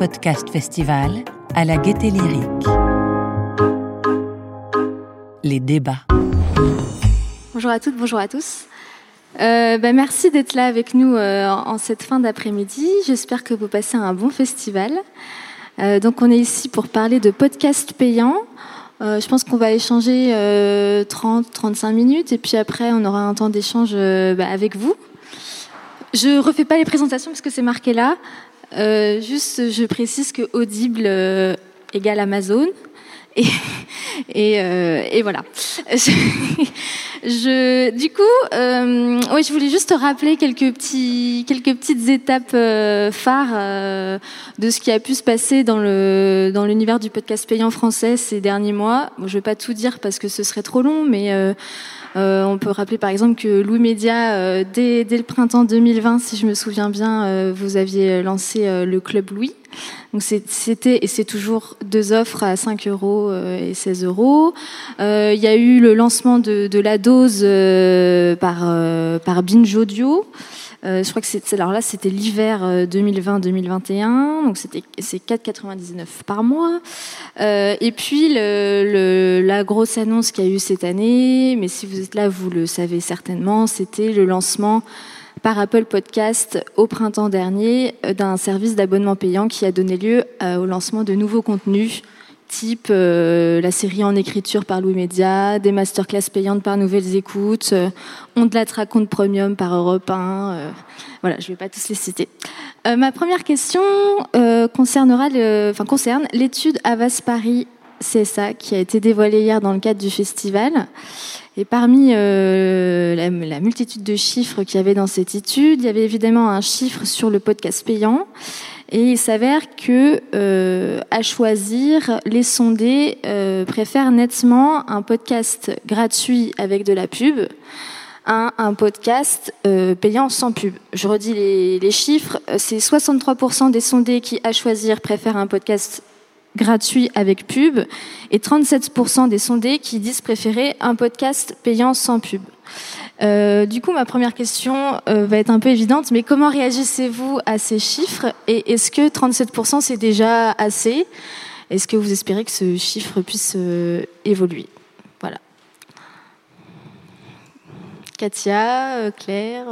Podcast Festival à la Gaîté Lyrique. Les débats. Bonjour à toutes, bonjour à tous. Merci d'être là avec nous en cette fin d'après-midi. J'espère que vous passez un bon festival. Donc on est ici pour parler de podcasts payants. Je pense qu'on va échanger 30-35 minutes et puis après on aura un temps d'échange avec vous. Je refais pas les présentations parce que c'est marqué là. Juste, je précise que Audible égale Amazon. Et voilà. Je voulais juste rappeler quelques petites étapes phares de ce qui a pu se passer dans l'univers du podcast payant français ces derniers mois. Bon, je vais pas tout dire parce que ce serait trop long, mais on peut rappeler par exemple que Louis Média, dès le printemps 2020, si je me souviens bien, vous aviez lancé le Club Louis. Donc c'était et c'est toujours 2 offres à 5 € et 16 €. Il y a eu le lancement de la dose par Binge Audio. Je crois que c'était l'hiver 2020-2021, donc c'est 4,99 € par mois. Et puis la grosse annonce qu'il y a eu cette année, mais si vous êtes là, vous le savez certainement, c'était le lancement par Apple Podcast au printemps dernier d'un service d'abonnement payant qui a donné lieu au lancement de nouveaux contenus type la série en écriture par Louis Média, des masterclass payantes par Nouvelles Écoutes, On de la raconte premium par Europe 1. Voilà, je ne vais pas tous les citer. Ma première question concerne l'étude Havas Paris CSA qui a été dévoilée hier dans le cadre du festival. Et parmi la multitude de chiffres qu'il y avait dans cette étude, il y avait évidemment un chiffre sur le podcast payant. Et il s'avère que, à choisir, les sondés préfèrent nettement un podcast gratuit avec de la pub à un podcast payant sans pub. Je redis les chiffres. C'est 63% des sondés qui, à choisir, préfèrent un podcast gratuit avec pub et 37% des sondés qui disent préférer un podcast payant sans pub. Du coup, ma première question va être un peu évidente, mais comment réagissez-vous à ces chiffres et est-ce que 37% c'est déjà assez ? Est-ce que vous espérez que ce chiffre puisse évoluer ? Voilà. Katia, Claire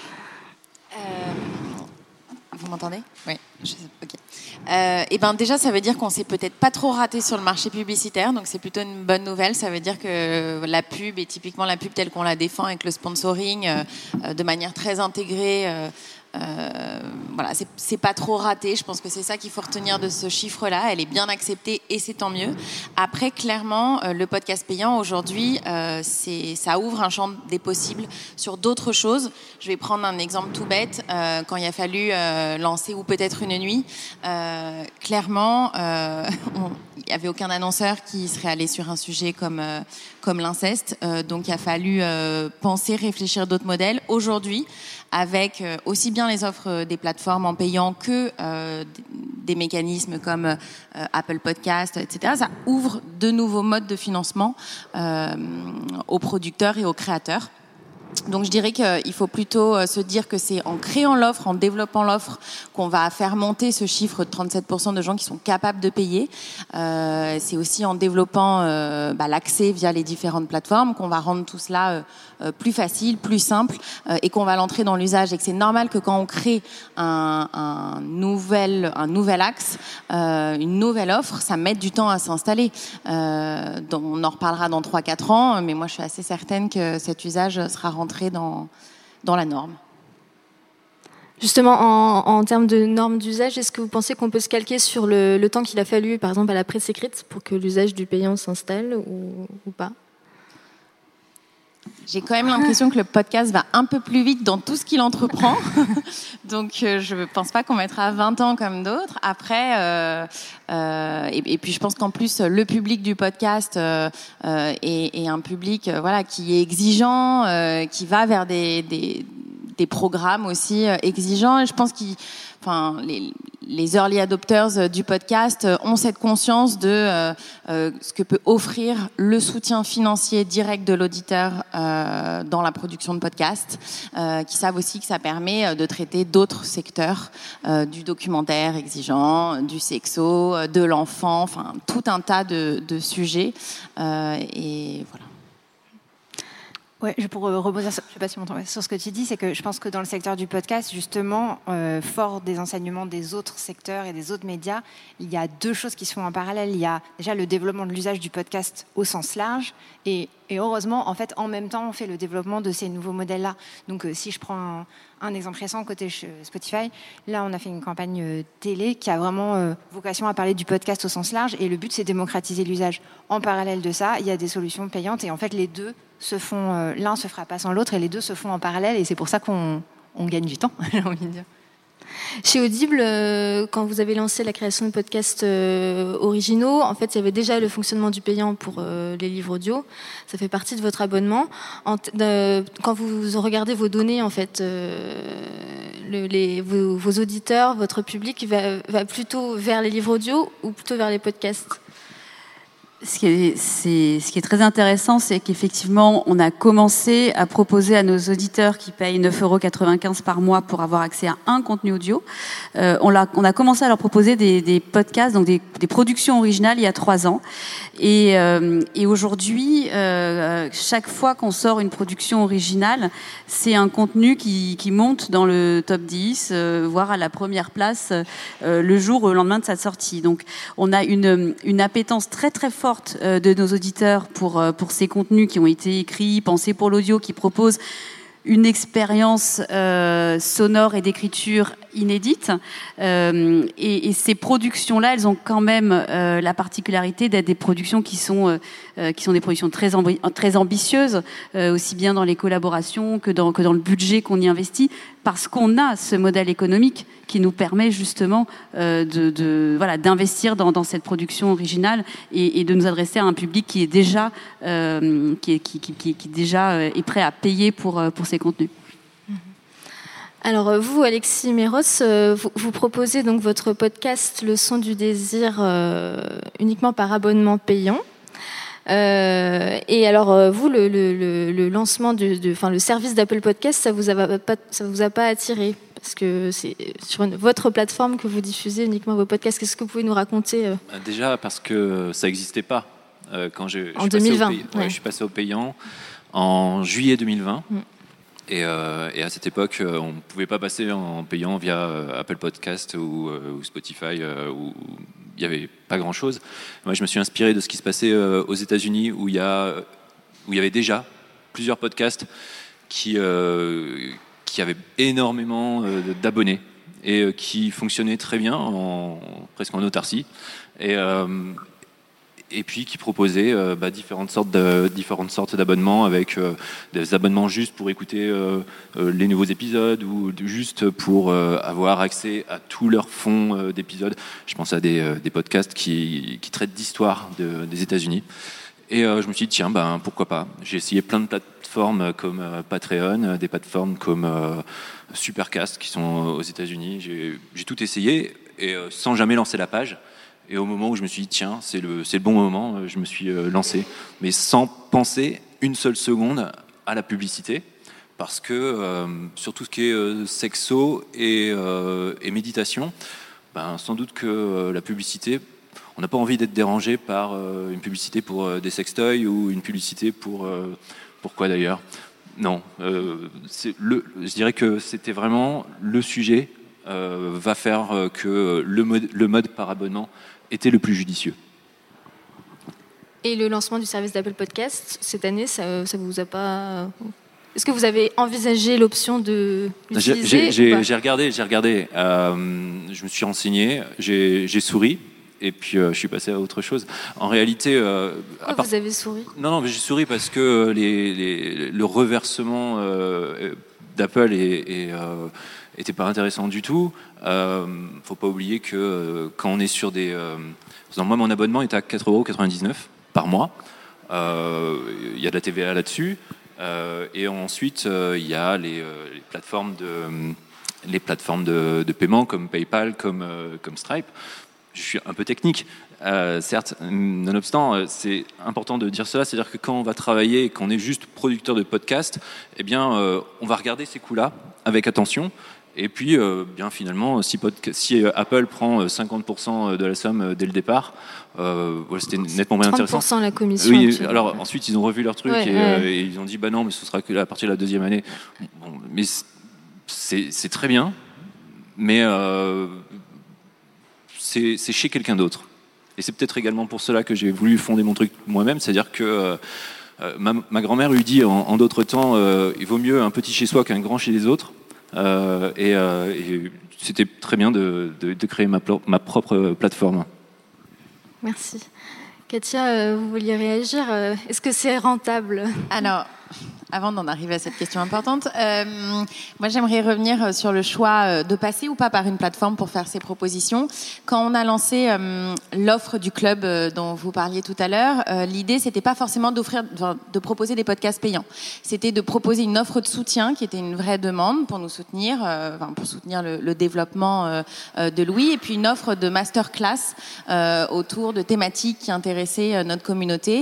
Vous m'entendez ? Oui. Ok. Déjà, ça veut dire qu'on s'est peut-être pas trop raté sur le marché publicitaire, donc c'est plutôt une bonne nouvelle. Ça veut dire que la pub, et typiquement la pub telle qu'on la défend avec le sponsoring, de manière très intégrée, voilà, c'est pas trop raté. Je pense que c'est ça qu'il faut retenir de ce chiffre-là. Elle est bien acceptée et c'est tant mieux. Après, clairement, le podcast payant aujourd'hui, ça ouvre un champ des possibles sur d'autres choses. Je vais prendre un exemple tout bête. Quand il a fallu lancer ou peut-être une nuit, clairement, il n'y avait aucun annonceur qui serait allé sur un sujet comme l'inceste. Donc, il a fallu penser, réfléchir d'autres modèles. Aujourd'hui, avec aussi bien les offres des plateformes en payant que des mécanismes comme Apple Podcast, etc. Ça ouvre de nouveaux modes de financement aux producteurs et aux créateurs. Donc je dirais qu'il faut plutôt se dire que c'est en créant l'offre, en développant l'offre, qu'on va faire monter ce chiffre de 37% de gens qui sont capables de payer. C'est aussi en développant l'accès via les différentes plateformes qu'on va rendre tout cela plus facile, plus simple, et qu'on va l'entrer dans l'usage. Et que c'est normal que quand on crée un nouvel axe, une nouvelle offre, ça mette du temps à s'installer. On en reparlera dans 3-4 ans, mais moi je suis assez certaine que cet usage sera rentré dans la norme. Justement, en termes de normes d'usage, est-ce que vous pensez qu'on peut se calquer sur le temps qu'il a fallu, par exemple, à la presse écrite pour que l'usage du payant s'installe ou pas ? J'ai quand même l'impression que le podcast va un peu plus vite dans tout ce qu'il entreprend. Donc, je ne pense pas qu'on mettra 20 ans comme d'autres. Après, et puis je pense qu'en plus, le public du podcast est un public qui est exigeant, qui va vers des programmes aussi exigeants. Et je pense les early adopters du podcast ont cette conscience de ce que peut offrir le soutien financier direct de l'auditeur dans la production de podcasts, qui savent aussi que ça permet de traiter d'autres secteurs, du documentaire exigeant, du sexo, de l'enfant, enfin tout un tas de sujets. Et voilà. Ouais, pour rebondir, je sais pas si tu m'entends, sur ce que tu dis, c'est que je pense que dans le secteur du podcast, justement, fort des enseignements des autres secteurs et des autres médias, il y a deux choses qui se font en parallèle. Il y a déjà le développement de l'usage du podcast au sens large, et heureusement, en fait, en même temps, on fait le développement de ces nouveaux modèles-là. Donc, si je prends un exemple récent côté Spotify, là, on a fait une campagne télé qui a vraiment vocation à parler du podcast au sens large, et le but, c'est démocratiser l'usage. En parallèle de ça, il y a des solutions payantes, et en fait, les deux se font, l'un se fera pas sans l'autre, et les deux se font en parallèle, et c'est pour ça qu'on gagne du temps, j'ai envie de dire. Chez Audible, quand vous avez lancé la création de podcasts originaux, en fait, il y avait déjà le fonctionnement du payant pour les livres audio. Ça fait partie de votre abonnement. Quand vous regardez vos données, en fait, vos auditeurs, votre public va plutôt vers les livres audio ou plutôt vers les podcasts ? Ce qui est très intéressant, c'est qu'effectivement, on a commencé à proposer à nos auditeurs qui payent 9,95 € par mois pour avoir accès à un contenu audio. On a commencé à leur proposer des podcasts, donc des productions originales il y a 3 ans. Et aujourd'hui, chaque fois qu'on sort une production originale, c'est un contenu qui monte dans le top 10, voire à la première place le jour ou le lendemain de sa sortie. Donc, on a une appétence très très forte de nos auditeurs pour ces contenus qui ont été écrits, pensés pour l'audio, qui proposent une expérience sonore et d'écriture inédite. Et ces productions-là, elles ont quand même la particularité d'être des productions qui sont des productions très ambitieuses, aussi bien dans les collaborations que dans le budget qu'on y investit, parce qu'on a ce modèle économique qui nous permet justement d'investir dans cette production originale et de nous adresser à un public qui est déjà est prêt à payer pour ces contenus. Alors vous, Alexis Méros, vous proposez donc votre podcast Le Son du Désir uniquement par abonnement payant. Et alors vous, le lancement le service d'Apple Podcast, ça vous a pas attiré parce que c'est sur votre plateforme que vous diffusez uniquement vos podcasts. Qu'est-ce que vous pouvez nous raconter Déjà parce que ça n'existait pas quand je en 2020. Je suis passé au payant en juillet 2020. Et à cette époque, on ne pouvait pas passer en payant via Apple Podcast ou Spotify, où il n'y avait pas grand-chose. Moi, je me suis inspiré de ce qui se passait aux États-Unis, où il y avait déjà plusieurs podcasts qui avaient énormément d'abonnés et qui fonctionnaient très bien, presque en autarcie. Et puis qui proposait différentes sortes d'abonnements, avec des abonnements juste pour écouter les nouveaux épisodes ou juste pour avoir accès à tout leur fond d'épisodes. Je pense à des podcasts qui traitent d'histoire des États-Unis. Et je me suis dit, tiens, pourquoi pas. J'ai essayé plein de plateformes comme Patreon, des plateformes comme Supercast qui sont aux États-Unis. J'ai tout essayé et sans jamais lancer la page. Et au moment où je me suis dit, tiens, c'est le bon moment, je me suis lancé. Mais sans penser une seule seconde à la publicité. Parce que sur tout ce qui est sexo et méditation, sans doute que la publicité, on n'a pas envie d'être dérangé par une publicité pour des sextoys ou une publicité pour quoi d'ailleurs. Non, je dirais que c'était vraiment le sujet va faire que le mode par abonnement était le plus judicieux. Et le lancement du service d'Apple Podcast cette année, ça vous a pas... Est-ce que vous avez envisagé l'option de l'utiliser ? J'ai regardé. Je me suis renseigné, j'ai souri. Et puis je suis passé à autre chose. En réalité, pourquoi vous avez souri ? Non, mais j'ai souri parce que le reversement d'Apple était pas intéressant du tout. Faut pas oublier que quand on est sur moi, mon abonnement est à 4,99 € par mois. Il y a de la TVA là-dessus. Et ensuite, il y a les plateformes les plateformes de paiement comme PayPal, comme Stripe. Je suis un peu technique, certes, nonobstant, c'est important de dire cela, c'est-à-dire que quand on va travailler et qu'on est juste producteur de podcast, eh bien, on va regarder ces coûts-là avec attention. Et puis, bien finalement, si Apple prend 50% de la somme dès le départ, c'était nettement moins intéressant. 30% la commission. Oui, alors ensuite, ils ont revu leur truc et ils ont dit, bah non, mais ce sera que à partir de la deuxième année. Bon, mais c'est très bien, mais c'est chez quelqu'un d'autre. Et c'est peut-être également pour cela que j'ai voulu fonder mon truc moi-même, c'est-à-dire que ma grand-mère eût dit en d'autres temps, il vaut mieux un petit chez soi qu'un grand chez les autres. Et c'était très bien de créer ma propre plateforme. Merci. Katia, vous vouliez réagir. Est-ce que c'est rentable ? Alors, avant d'en arriver à cette question importante, moi j'aimerais revenir sur le choix de passer ou pas par une plateforme pour faire ces propositions. Quand on a lancé l'offre du club dont vous parliez tout à l'heure, l'idée c'était pas forcément de proposer des podcasts payants. C'était de proposer une offre de soutien qui était une vraie demande pour nous soutenir, pour soutenir le développement de Louis, et puis une offre de masterclass autour de thématiques qui intéressaient notre communauté.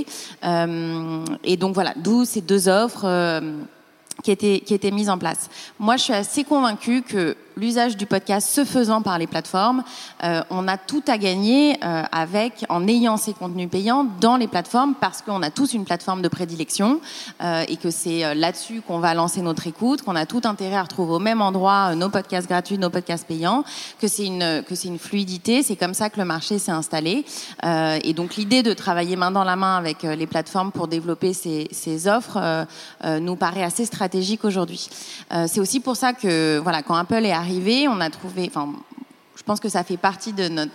Et donc voilà, d'où ces deux offres qui étaient mises en place. Moi, je suis assez convaincue que l'usage du podcast se faisant par les plateformes, on a tout à gagner en ayant ces contenus payants dans les plateformes, parce qu'on a tous une plateforme de prédilection et que c'est là-dessus qu'on va lancer notre écoute, qu'on a tout intérêt à retrouver au même endroit nos podcasts gratuits, nos podcasts payants, que c'est une fluidité, c'est comme ça que le marché s'est installé. Et donc l'idée de travailler main dans la main avec les plateformes pour développer ces offres nous paraît assez stratégique aujourd'hui. C'est aussi pour ça que voilà, quand Apple est arrivé, on a trouvé, je pense que ça fait partie de notre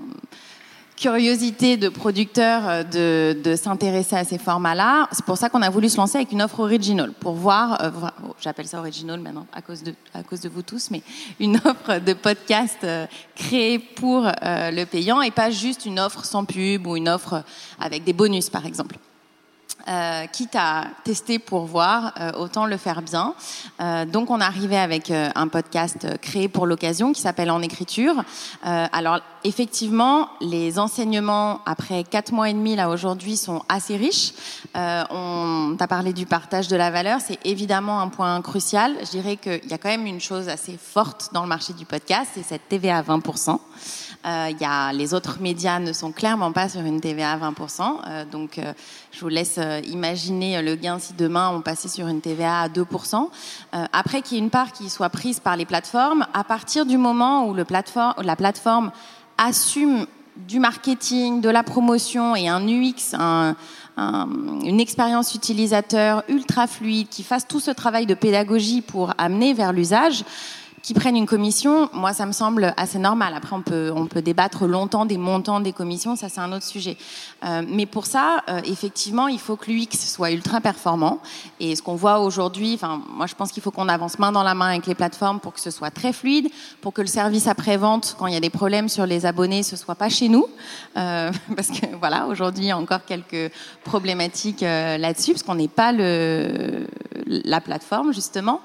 curiosité de producteur de s'intéresser à ces formats-là. C'est pour ça qu'on a voulu se lancer avec une offre original, pour voir, j'appelle ça original maintenant à cause de vous tous, mais une offre de podcast créée pour le payant et pas juste une offre sans pub ou une offre avec des bonus par exemple. Quitte à tester pour voir, autant le faire bien. Donc on est arrivé avec un podcast créé pour l'occasion qui s'appelle En écriture. Alors effectivement, les enseignements après 4 mois et demi là aujourd'hui sont assez riches. On t'a parlé du partage de la valeur, c'est évidemment un point crucial. Je dirais qu'il y a quand même une chose assez forte dans le marché du podcast, c'est cette TVA à 20%. Les autres médias ne sont clairement pas sur une TVA à 20%. Donc, je vous laisse imaginer le gain si demain on passait sur une TVA à 2%. Après, qu'il y ait une part qui soit prise par les plateformes, à partir du moment où la plateforme assume du marketing, de la promotion et un UX, une expérience utilisateur ultra fluide, qui fasse tout ce travail de pédagogie pour amener vers l'usage, qui prennent une commission, moi ça me semble assez normal. Après on peut débattre longtemps des montants des commissions, ça c'est un autre sujet. Mais pour ça, effectivement, il faut que l'UX soit ultra performant. Et ce qu'on voit aujourd'hui, moi je pense qu'il faut qu'on avance main dans la main avec les plateformes pour que ce soit très fluide, pour que le service après-vente, quand il y a des problèmes sur les abonnés, ce soit pas chez nous. Parce que voilà, aujourd'hui il y a encore quelques problématiques là-dessus, parce qu'on n'est pas la plateforme justement.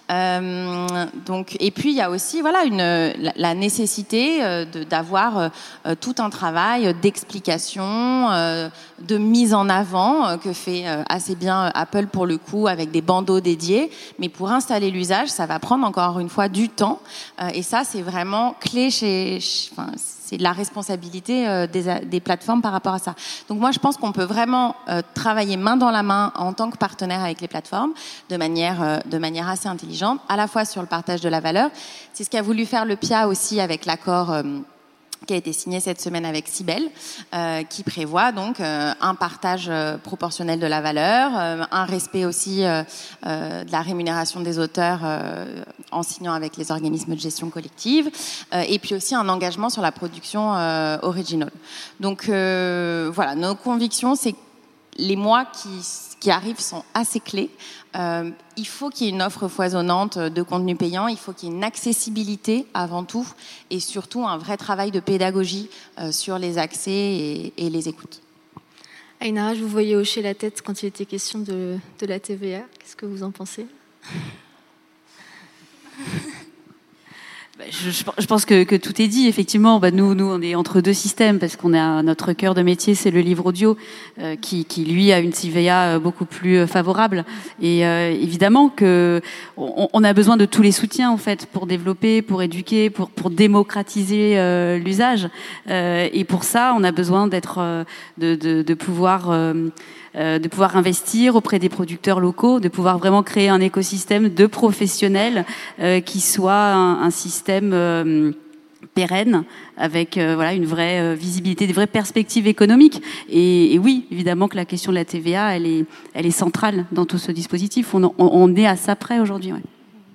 Donc, et puis il y a aussi la nécessité d'avoir tout un travail d'explication, de mise en avant que fait assez bien Apple pour le coup, avec des bandeaux dédiés. Mais pour installer l'usage, ça va prendre encore une fois du temps. Et ça, c'est vraiment clé c'est de la responsabilité des plateformes par rapport à ça. Donc moi, je pense qu'on peut vraiment travailler main dans la main en tant que partenaire avec les plateformes de manière assez intelligente, à la fois sur le partage de la valeur. C'est ce qu'a voulu faire le PIA aussi avec l'accord qui a été signé cette semaine avec Cybelle, qui prévoit donc un partage proportionnel de la valeur, un respect aussi de la rémunération des auteurs en signant avec les organismes de gestion collective, et puis aussi un engagement sur la production original. Donc voilà, nos convictions, c'est que les mois qui arrivent sont assez clés. Il faut qu'il y ait une offre foisonnante de contenu payant, il faut qu'il y ait une accessibilité avant tout, et surtout un vrai travail de pédagogie sur les accès et les écoutes. Ainara, je vous voyais hocher la tête quand il était question de la TVA. Qu'est-ce que vous en pensez ? Je pense que tout est dit. Effectivement, nous, on est entre deux systèmes parce qu'on a notre cœur de métier, c'est le livre audio, qui lui a une CVA beaucoup plus favorable. Et évidemment que on a besoin de tous les soutiens en fait pour développer, pour éduquer, pour démocratiser l'usage. Et pour ça, on a besoin de pouvoir investir auprès des producteurs locaux, de pouvoir vraiment créer un écosystème de professionnels qui soit un système pérenne avec une vraie visibilité, des vraies perspectives économiques. Et oui, évidemment que la question de la TVA, elle est centrale dans tout ce dispositif. On est à ça près aujourd'hui. Ouais.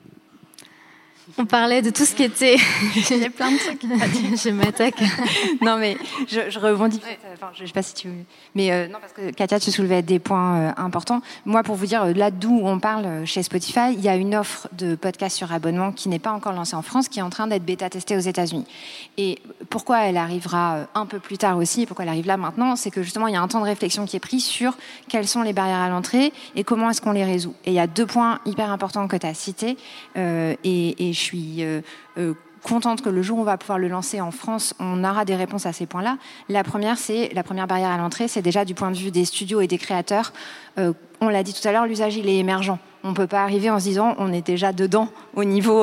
On parlait de tout ce qui était... Il y a plein de trucs. Je m'attaque. Non, mais je rebondis. Enfin, je ne sais pas si tu veux... Mais non, parce que Katia, tu soulevais des points importants. Moi, pour vous dire, là d'où on parle chez Spotify, il y a une offre de podcast sur abonnement qui n'est pas encore lancée en France, qui est en train d'être bêta-testée aux États-Unis. Et pourquoi elle arrivera un peu plus tard aussi, pourquoi elle arrive là maintenant, c'est que justement, il y a un temps de réflexion qui est pris sur quelles sont les barrières à l'entrée et comment est-ce qu'on les résout. Et il y a 2 points hyper importants que tu as cités. Et je suis contente que le jour où on va pouvoir le lancer en France, on aura des réponses à ces points-là. La première barrière à l'entrée, c'est déjà du point de vue des studios et des créateurs. On l'a dit tout à l'heure, l'usage, il est émergent. On ne peut pas arriver en se disant on est déjà dedans au niveau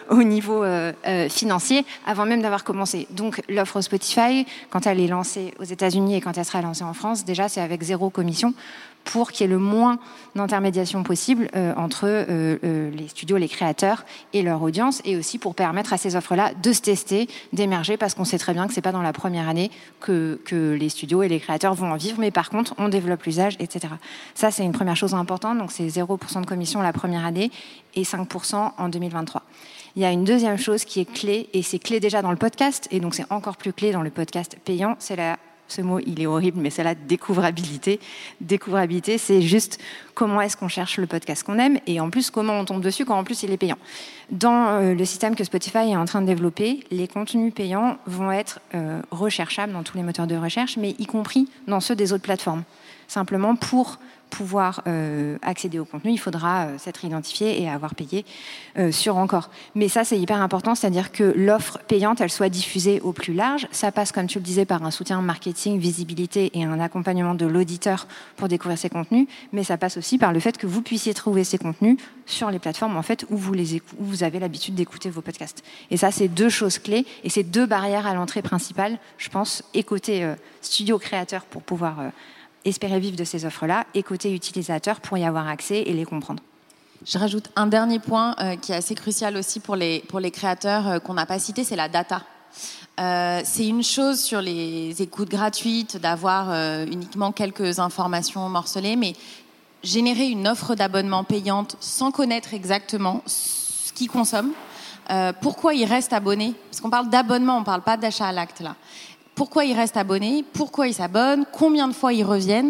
financier avant même d'avoir commencé. Donc l'offre Spotify, quand elle est lancée aux États-Unis et quand elle sera lancée en France, déjà c'est avec 0 commission pour qu'il y ait le moins d'intermédiation possible entre les studios, les créateurs et leur audience, et aussi pour permettre à ces offres-là de se tester, d'émerger, parce qu'on sait très bien que c'est pas dans la première année que les studios et les créateurs vont en vivre, mais par contre on développe l'usage, etc. Ça c'est une première chose importante, donc c'est 0% de commission la première année et 5% en 2023. Il y a une deuxième chose qui est clé, et c'est clé déjà dans le podcast, et donc c'est encore plus clé dans le podcast payant, c'est ce mot, il est horrible, mais c'est la découvrabilité. Découvrabilité, c'est juste comment est-ce qu'on cherche le podcast qu'on aime, et en plus, comment on tombe dessus quand en plus il est payant. Dans le système que Spotify est en train de développer, les contenus payants vont être recherchables dans tous les moteurs de recherche, mais y compris dans ceux des autres plateformes. Simplement, pour pouvoir accéder au contenu, il faudra s'être identifié et avoir payé sur Encore. Mais ça, c'est hyper important, c'est-à-dire que l'offre payante, elle soit diffusée au plus large. Ça passe, comme tu le disais, par un soutien marketing, visibilité et un accompagnement de l'auditeur pour découvrir ces contenus, mais ça passe aussi par le fait que vous puissiez trouver ces contenus sur les plateformes en fait, où vous avez l'habitude d'écouter vos podcasts. Et ça, c'est 2 choses clés, et c'est 2 barrières à l'entrée principale, je pense, et côté studio créateur pour pouvoir espérer vivre de ces offres-là, et côté utilisateur pour y avoir accès et les comprendre. Je rajoute un dernier point qui est assez crucial aussi pour les créateurs qu'on n'a pas cité, c'est la data. C'est une chose sur les écoutes gratuites d'avoir uniquement quelques informations morcelées, mais générer une offre d'abonnement payante sans connaître exactement ce qu'ils consomment, pourquoi ils restent abonnés, parce qu'on parle d'abonnement, on ne parle pas d'achat à l'acte là. Pourquoi ils restent abonnés, pourquoi ils s'abonnent, combien de fois ils reviennent,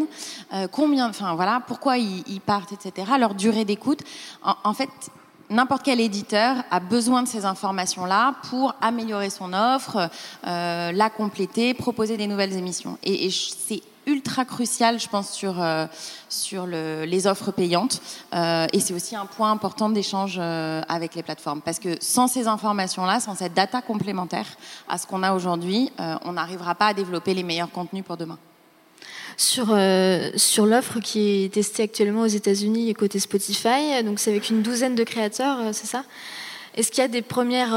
pourquoi ils partent, etc., leur durée d'écoute. En fait, n'importe quel éditeur a besoin de ces informations-là pour améliorer son offre, la compléter, proposer des nouvelles émissions. Et c'est ultra crucial, je pense, sur les offres payantes. Et c'est aussi un point important d'échange avec les plateformes. Parce que sans ces informations-là, sans cette data complémentaire à ce qu'on a aujourd'hui, on n'arrivera pas à développer les meilleurs contenus pour demain. Sur l'offre qui est testée actuellement aux États-Unis et côté Spotify, donc c'est avec une 12aine de créateurs, c'est ça ? Est-ce qu'il y a des premières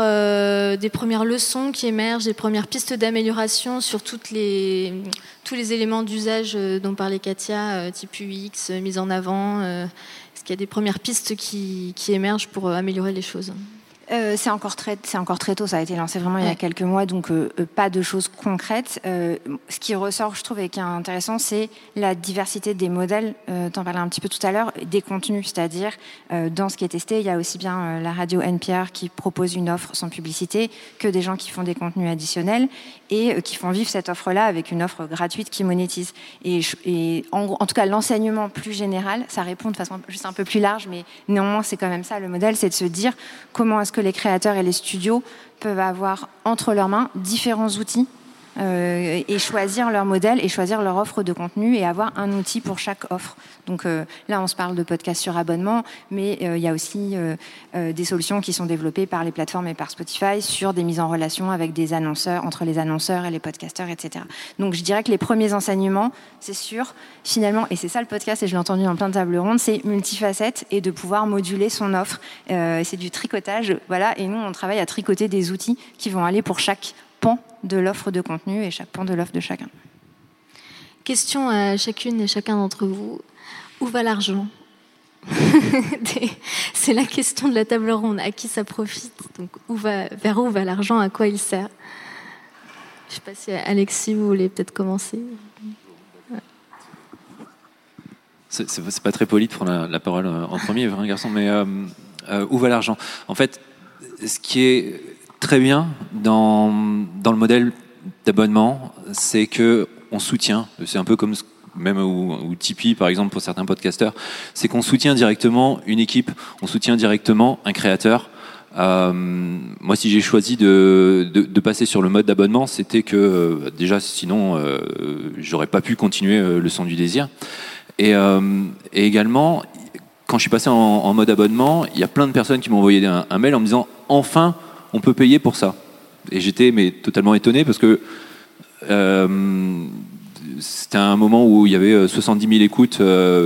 leçons qui émergent, des premières pistes d'amélioration sur tous les éléments d'usage dont parlait Katia, type UX, mise en avant Est-ce qu'il y a des premières pistes qui émergent pour améliorer les choses ? C'est encore très tôt, ça a été lancé vraiment il y a quelques mois, donc pas de choses concrètes. Ce qui ressort, je trouve, et qui est intéressant, c'est la diversité des modèles. T'en parlais un petit peu tout à l'heure, des contenus, c'est-à-dire dans ce qui est testé, il y a aussi bien la radio NPR qui propose une offre sans publicité que des gens qui font des contenus additionnels et qui font vivre cette offre-là avec une offre gratuite qui monétise. Et en tout cas, l'enseignement plus général, ça répond de façon juste un peu plus large, mais néanmoins, c'est quand même ça le modèle, c'est de se dire comment est-ce que les créateurs et les studios peuvent avoir entre leurs mains différents outils et choisir leur modèle et choisir leur offre de contenu et avoir un outil pour chaque offre. Donc là, on se parle de podcasts sur abonnement, mais il y a aussi des solutions qui sont développées par les plateformes et par Spotify sur des mises en relation avec des annonceurs, entre les annonceurs et les podcasteurs, etc. Donc je dirais que les premiers enseignements, c'est sûr, finalement, et c'est ça le podcast, et je l'ai entendu dans plein de tables rondes, c'est multifacette et de pouvoir moduler son offre. C'est du tricotage, voilà, et nous, on travaille à tricoter des outils qui vont aller pour chaque pan de l'offre de contenu et chaque pan de l'offre de chacun. Question à chacune et chacun d'entre vous. Où va l'argent ? C'est la question de la table ronde. À qui ça profite ? Donc, vers où va l'argent ? À quoi il sert ? Je ne sais pas si Alexis, vous voulez peut-être commencer. Ouais. C'est pas très poli de prendre la parole en premier, hein, garçon, mais où va l'argent ? En fait, ce qui est très bien dans le modèle d'abonnement, c'est que on soutient. C'est un peu comme même ou Tipeee par exemple pour certains podcasteurs, c'est qu'on soutient directement une équipe, on soutient directement un créateur. Moi, si j'ai choisi de passer sur le mode d'abonnement, c'était que déjà sinon j'aurais pas pu continuer le son du désir. Et également, quand je suis passé en mode abonnement, il y a plein de personnes qui m'ont envoyé un mail en me disant enfin on peut payer pour ça. Et j'étais totalement étonné parce que c'était un moment où il y avait 70 000 écoutes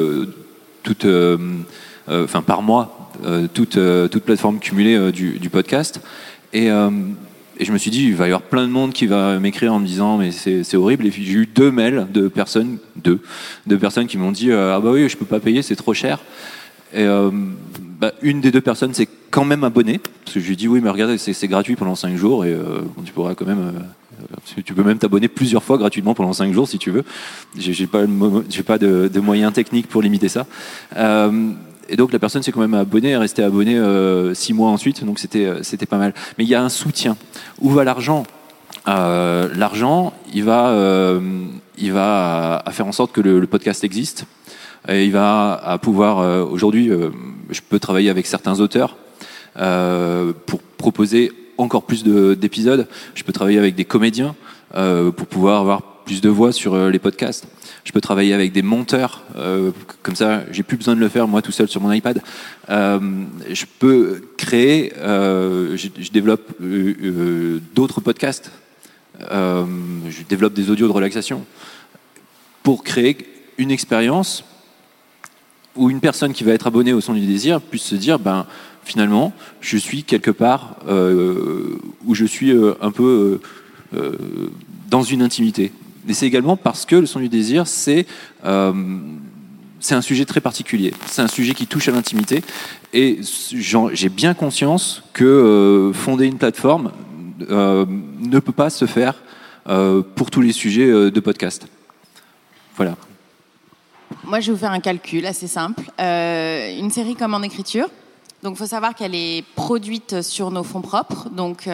par mois, toute plateforme cumulée du podcast. Et je me suis dit, il va y avoir plein de monde qui va m'écrire en me disant mais c'est horrible. Et puis j'ai eu deux mails de personnes qui m'ont dit ah bah oui, je peux pas payer, c'est trop cher. Et une des deux personnes s'est quand même abonnée, parce que je lui ai dit oui mais regardez c'est gratuit pendant 5 jours et tu pourras quand même tu peux même t'abonner plusieurs fois gratuitement pendant 5 jours si tu veux. J'ai pas de moyens techniques pour limiter ça. Et donc la personne s'est quand même abonnée, est restée abonnée 6 mois ensuite, donc c'était pas mal. Mais il y a un soutien. Où va l'argent ? L'argent, il va à faire en sorte que le podcast existe. Et il va à pouvoir aujourd'hui, je peux travailler avec certains auteurs pour proposer encore plus d'épisodes. Je peux travailler avec des comédiens pour pouvoir avoir plus de voix sur les podcasts. Je peux travailler avec des monteurs, comme ça, j'ai plus besoin de le faire moi tout seul sur mon iPad. Je peux créer, je développe d'autres podcasts. Je développe des audios de relaxation pour créer une expérience où une personne qui va être abonnée au Son du Désir puisse se dire finalement, je suis quelque part où je suis un peu dans une intimité. Et c'est également parce que le Son du Désir, c'est un sujet très particulier. C'est un sujet qui touche à l'intimité. Et j'ai bien conscience que fonder une plateforme ne peut pas se faire pour tous les sujets de podcast. Voilà. Moi, je vais vous faire un calcul assez simple. Une série comme en écriture. Donc, il faut savoir qu'elle est produite sur nos fonds propres. Donc,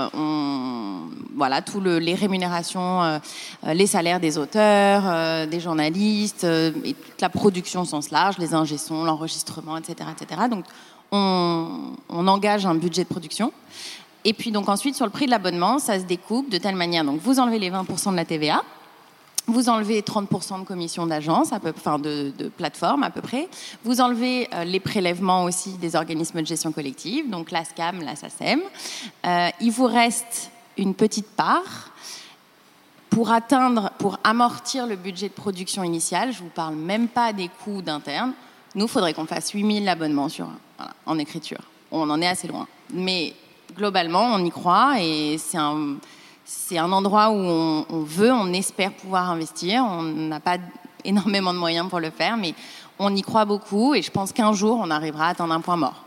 les rémunérations, les salaires des auteurs, des journalistes, et toute la production au sens large, les ingé-sons, l'enregistrement, etc., etc. Donc, on engage un budget de production. Et puis, donc, ensuite, sur le prix de l'abonnement, ça se découpe de telle manière. Donc, vous enlevez les 20% de la TVA. Vous enlevez 30% de commission d'agence, de plateforme à peu près. Vous enlevez les prélèvements aussi des organismes de gestion collective, donc la SCAM, la SACEM. Il vous reste une petite part pour amortir le budget de production initial. Je ne vous parle même pas des coûts d'interne. Nous, il faudrait qu'on fasse 8000 abonnements en écriture. On en est assez loin. Mais globalement, on y croit et c'est un endroit où on espère pouvoir investir. On n'a pas énormément de moyens pour le faire, mais on y croit beaucoup et je pense qu'un jour, on arrivera à atteindre un point mort.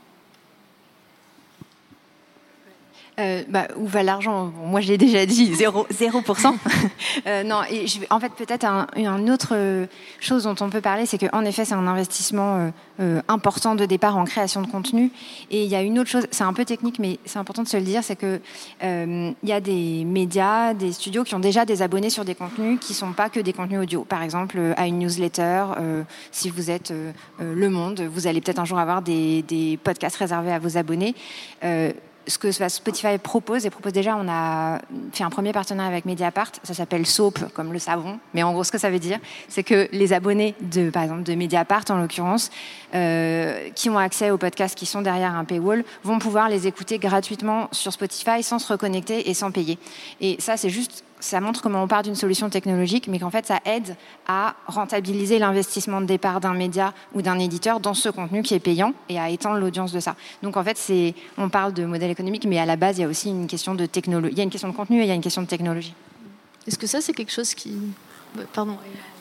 Où va l'argent ? Bon, moi, je l'ai déjà dit, 0%. Non, et en fait, peut-être une autre chose dont on peut parler, c'est qu'en effet, c'est un investissement important de départ en création de contenu. Et il y a une autre chose, c'est un peu technique, mais c'est important de se le dire, c'est que il y a des médias, des studios qui ont déjà des abonnés sur des contenus qui sont pas que des contenus audio. Par exemple, à une newsletter, si vous êtes Le Monde, vous allez peut-être un jour avoir des podcasts réservés à vos abonnés. ce que Spotify propose déjà, on a fait un premier partenariat avec Mediapart, ça s'appelle Soap, comme le savon, mais en gros ce que ça veut dire, c'est que les abonnés par exemple de Mediapart en l'occurrence, qui ont accès aux podcasts qui sont derrière un paywall, vont pouvoir les écouter gratuitement sur Spotify sans se reconnecter et sans payer. Et ça montre comment on part d'une solution technologique, mais qu'en fait ça aide à rentabiliser l'investissement de départ d'un média ou d'un éditeur dans ce contenu qui est payant et à étendre l'audience de ça. Donc en fait, on parle de modèle économique, mais à la base, il y a aussi une question de technologie. Il y a une question de contenu et il y a une question de technologie. Est-ce que ça, c'est quelque chose qui... Pardon.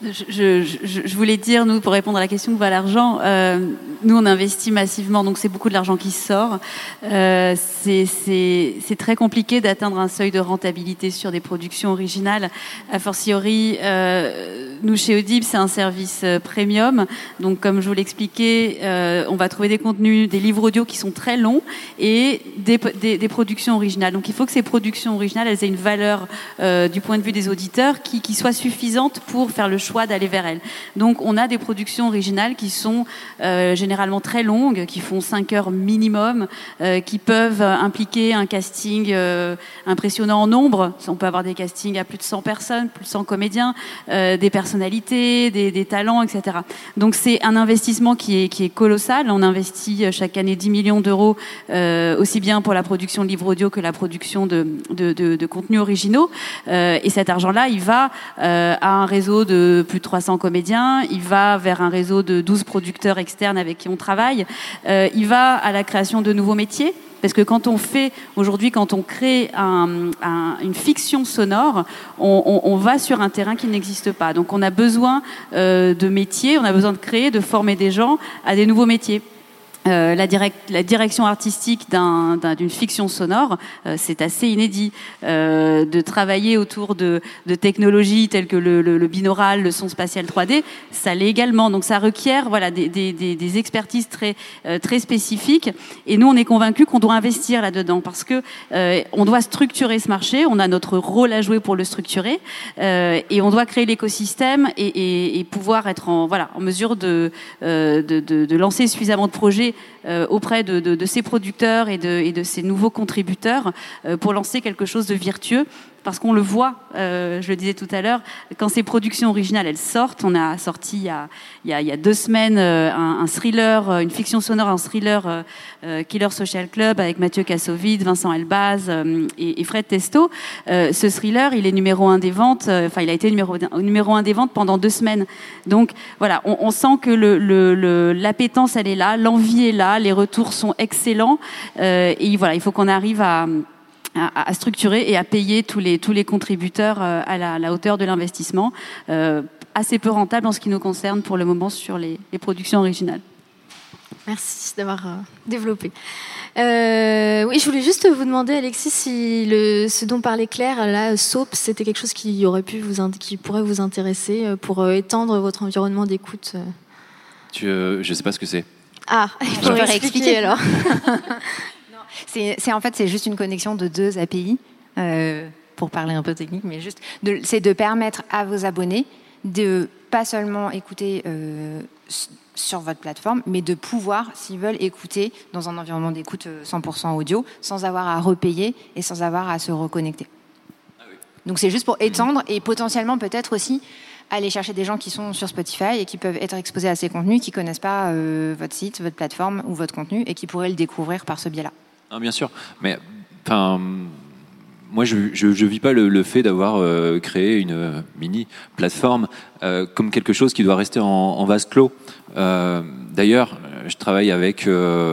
Je voulais dire, nous, pour répondre à la question où va l'argent, nous, on investit massivement, donc c'est beaucoup de l'argent qui sort. C'est très compliqué d'atteindre un seuil de rentabilité sur des productions originales. A fortiori, nous, chez Audible, c'est un service premium. Donc, comme je vous l'expliquais, on va trouver des contenus, des livres audio qui sont très longs et des productions originales. Donc, il faut que ces productions originales, elles aient une valeur du point de vue des auditeurs qui soit suffisante pour faire le choix d'aller vers elles. Donc, on a des productions originales qui sont généralement très longues, qui font 5 heures minimum, qui peuvent impliquer un casting impressionnant en nombre. On peut avoir des castings à plus de 100 personnes, plus de 100 comédiens, des personnalités, des talents, etc. Donc, c'est un investissement qui est colossal. On investit chaque année 10 millions d'euros, aussi bien pour la production de livres audio que la production de contenus originaux. Et cet argent-là, il va à un réseau de plus de 300 comédiens, il va vers un réseau de 12 producteurs externes avec qui on travaille, il va à la création de nouveaux métiers. Parce que quand on crée une fiction sonore, on va sur un terrain qui n'existe pas. Donc on a besoin de métiers, on a besoin de former des gens à des nouveaux métiers. La direction artistique d'une fiction sonore, c'est assez inédit. De travailler autour de technologies telles que le binaural, le son spatial 3D, ça l'est également. Donc ça requiert des expertises très spécifiques. Et nous, on est convaincus qu'on doit investir là-dedans parce que on doit structurer ce marché. On a notre rôle à jouer pour le structurer et on doit créer l'écosystème et pouvoir être en mesure de lancer suffisamment de projets auprès de ces producteurs et de ces nouveaux contributeurs pour lancer quelque chose de virtueux. Parce qu'on le voit, je le disais tout à l'heure, quand ces productions originales, elles sortent. On a sorti il y a 2 semaines un thriller, une fiction sonore, un thriller Killer Social Club avec Mathieu Kassovitz, Vincent Elbaz et Fred Testo. Ce thriller, il est numéro 1 des ventes. Il a été numéro 1 des ventes pendant 2 semaines. Donc voilà, on sent que l'appétence, elle est là, l'envie est là, les retours sont excellents. Et voilà, il faut qu'on arrive à structurer et à payer tous les contributeurs à la hauteur de l'investissement, assez peu rentable en ce qui nous concerne pour le moment sur les productions originales. Merci d'avoir développé. Oui, je voulais juste vous demander, Alexis, si ce dont parlait Claire, là, Soap, c'était quelque chose qui pourrait vous intéresser pour étendre votre environnement d'écoute. Je sais pas ce que c'est. Ah, il faudrait expliquer alors. C'est juste une connexion de 2 API, pour parler un peu technique, mais c'est de permettre à vos abonnés de pas seulement écouter sur votre plateforme, mais de pouvoir, s'ils veulent, écouter dans un environnement d'écoute 100% audio, sans avoir à repayer et sans avoir à se reconnecter. Ah oui. Donc c'est juste pour étendre et potentiellement peut-être aussi aller chercher des gens qui sont sur Spotify et qui peuvent être exposés à ces contenus, qui connaissent pas votre site, votre plateforme ou votre contenu et qui pourraient le découvrir par ce biais-là. Ah, bien sûr, mais moi je vis pas le fait d'avoir créé une mini plateforme comme quelque chose qui doit rester en vase clos. D'ailleurs, je travaille avec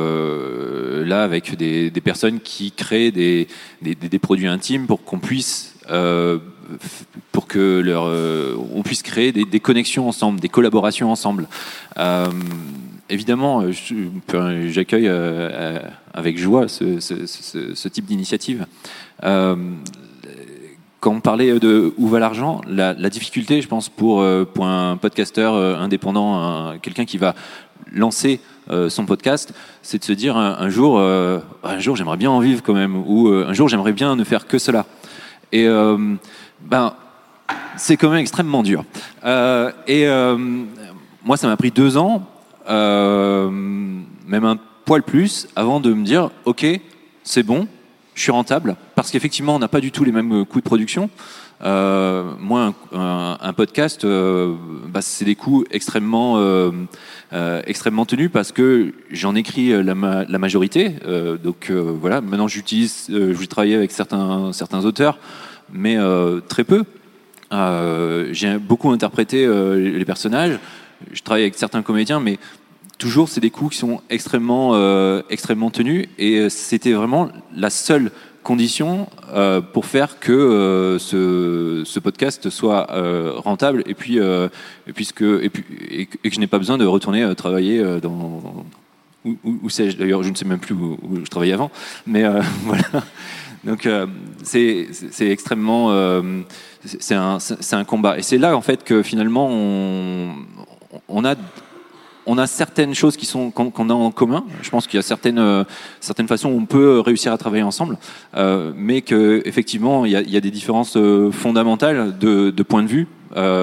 des personnes qui créent des produits intimes pour qu'on puisse on puisse créer des connexions ensemble, des collaborations ensemble. Évidemment, j'accueille avec joie ce type d'initiative. Quand on parlait de où va l'argent, la difficulté, je pense, pour un podcasteur indépendant, quelqu'un qui va lancer son podcast, c'est de se dire un jour j'aimerais bien en vivre quand même, ou un jour j'aimerais bien ne faire que cela. Et c'est quand même extrêmement dur. Moi, ça m'a pris 2 ans. Même un poil plus, avant de me dire ok, c'est bon, je suis rentable, parce qu'effectivement, on n'a pas du tout les mêmes coûts de production. Moi, un podcast, c'est des coûts extrêmement tenus parce que j'en écris la majorité. Voilà. Maintenant, je vais travailler avec certains auteurs, mais très peu. J'ai beaucoup interprété les personnages. Je travaille avec certains comédiens, mais toujours, c'est des coûts qui sont extrêmement tenus. Et c'était vraiment la seule condition pour faire que ce podcast soit rentable et que je n'ai pas besoin de retourner travailler où sais-je d'ailleurs, je ne sais même plus où je travaillais avant, mais voilà. Donc c'est extrêmement c'est un combat, et c'est là en fait que finalement on a certaines choses qu'on a en commun. Je pense qu'il y a certaines façons où on peut réussir à travailler ensemble, mais que effectivement il y a des différences fondamentales de point de vue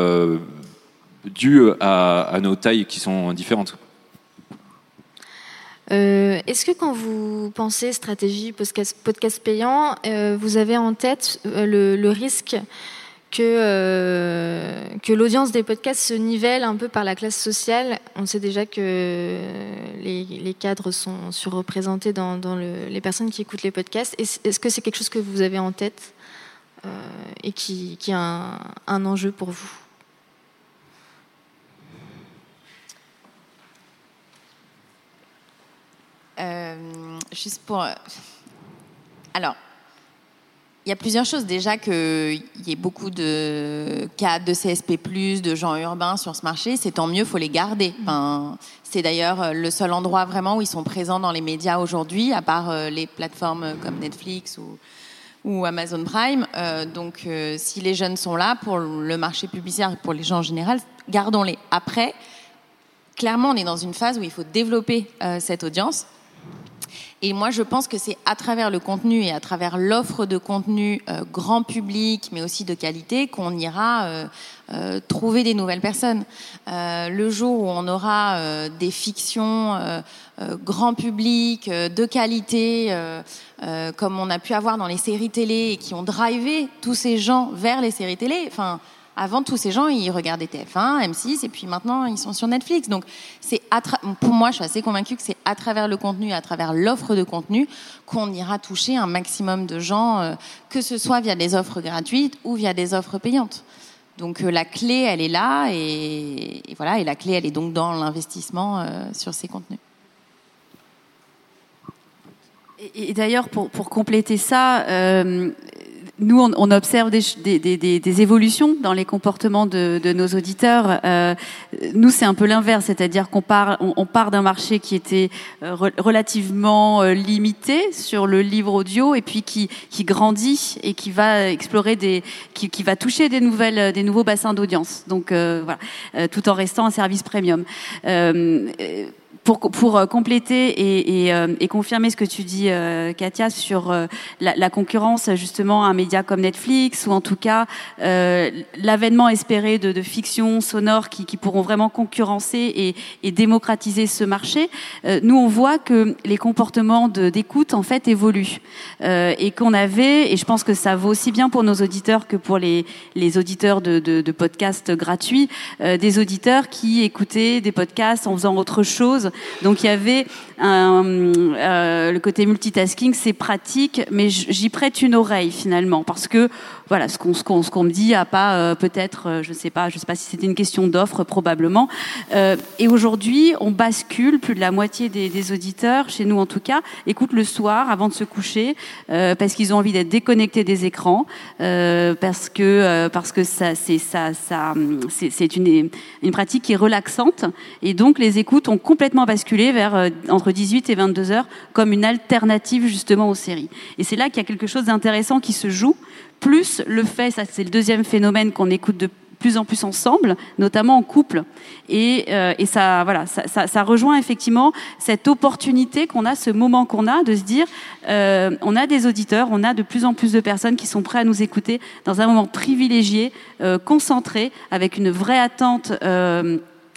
dues à nos tailles qui sont différentes. Est-ce que quand vous pensez stratégie podcast payant, vous avez en tête le risque que l'audience des podcasts se nivelle un peu par la classe sociale? On sait déjà que les cadres sont surreprésentés dans les personnes qui écoutent les podcasts. Est-ce que c'est quelque chose que vous avez en tête et qui est un enjeu pour vous? Juste pour... Alors, il y a plusieurs choses. Déjà qu'il y ait beaucoup de cadres de CSP+, de gens urbains sur ce marché, c'est tant mieux, il faut les garder. Enfin, c'est d'ailleurs le seul endroit vraiment où ils sont présents dans les médias aujourd'hui, à part les plateformes comme Netflix ou Amazon Prime. Donc, si les jeunes sont là, pour le marché publicitaire, pour les gens en général, gardons-les. Après, clairement, on est dans une phase où il faut développer cette audience. Et moi, je pense que c'est à travers le contenu et à travers l'offre de contenu grand public, mais aussi de qualité, qu'on ira trouver des nouvelles personnes. Le jour où on aura des fictions grand public, de qualité, comme on a pu avoir dans les séries télé et qui ont drivé tous ces gens vers les séries télé, enfin... Avant, tous ces gens, ils regardaient TF1, M6, et puis maintenant, ils sont sur Netflix. Donc, pour moi, je suis assez convaincue que c'est à travers le contenu, à travers l'offre de contenu, qu'on ira toucher un maximum de gens, que ce soit via des offres gratuites ou via des offres payantes. Donc, la clé, elle est là, et voilà. Et la clé, elle est donc dans l'investissement sur ces contenus. Et d'ailleurs, pour compléter ça... nous, on observe des évolutions dans les comportements de nos auditeurs. Nous, c'est un peu l'inverse, c'est-à-dire qu'on part d'un marché qui était relativement limité sur le livre audio, et puis qui grandit et qui va explorer qui va toucher des nouveaux bassins d'audience. Donc voilà, tout en restant un service premium. Pour compléter et confirmer ce que tu dis, Katia, sur la concurrence, justement, un média comme Netflix, ou en tout cas l'avènement espéré de fictions sonores qui pourront vraiment concurrencer et démocratiser ce marché, nous on voit que les comportements d'écoute en fait évoluent, et qu'on avait, et je pense que ça vaut aussi bien pour nos auditeurs que pour les auditeurs de podcasts gratuits, des auditeurs qui écoutaient des podcasts en faisant autre chose. Donc il y avait le côté multitasking, c'est pratique, mais j'y prête une oreille finalement, parce que voilà, ce qu'on me dit a pas peut-être, je sais pas si c'était une question d'offre, probablement. Et aujourd'hui, on bascule, plus de la moitié des auditeurs, chez nous en tout cas, écoutent le soir avant de se coucher, parce qu'ils ont envie d'être déconnectés des écrans, parce que ça c'est une pratique qui est relaxante, et donc les écoutes ont complètement basculé vers entre 18 et 22 heures comme une alternative justement aux séries. Et c'est là qu'il y a quelque chose d'intéressant qui se joue, plus le fait, ça c'est le deuxième phénomène, qu'on écoute de plus en plus ensemble, notamment en couple, et ça, voilà, ça rejoint effectivement cette opportunité qu'on a, ce moment qu'on a de se dire, on a des auditeurs, on a de plus en plus de personnes qui sont prêts à nous écouter dans un moment privilégié, concentré, avec une vraie attente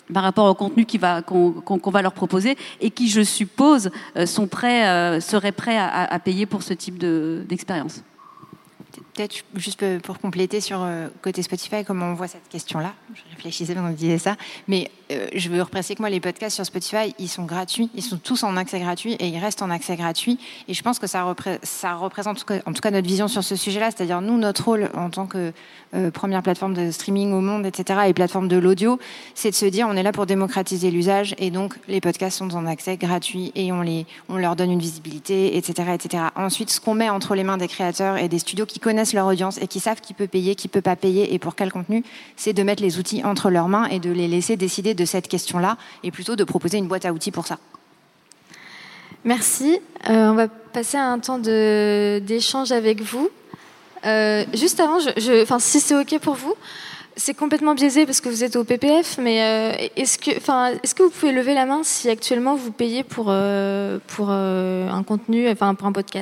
par rapport au contenu qu'on va leur proposer et qui, je suppose, seraient prêts à payer pour ce type d'expérience. Peut-être juste pour compléter sur côté Spotify, comment on voit cette question-là. Je réfléchissais pendant que je disais ça. Mais je veux repréciser que moi, les podcasts sur Spotify, ils sont gratuits. Ils sont tous en accès gratuit et ils restent en accès gratuit. Et je pense que ça représente en tout cas notre vision sur ce sujet-là. C'est-à-dire, nous, notre rôle en tant que première plateforme de streaming au monde, etc., et plateforme de l'audio, c'est de se dire, on est là pour démocratiser l'usage. Et donc, les podcasts sont en accès gratuit et on leur donne une visibilité, etc., etc. Ensuite, ce qu'on met entre les mains des créateurs et des studios qui connaissent leur audience et qui savent qui peut payer, qui peut pas payer et pour quel contenu, c'est de mettre les outils entre leurs mains et de les laisser décider de cette question-là et plutôt de proposer une boîte à outils pour ça. Merci. On va passer à un temps d'échange avec vous. Juste avant, si c'est OK pour vous, c'est complètement biaisé parce que vous êtes au PPF, mais est-ce que vous pouvez lever la main si actuellement vous payez pour un contenu, pour un podcast ?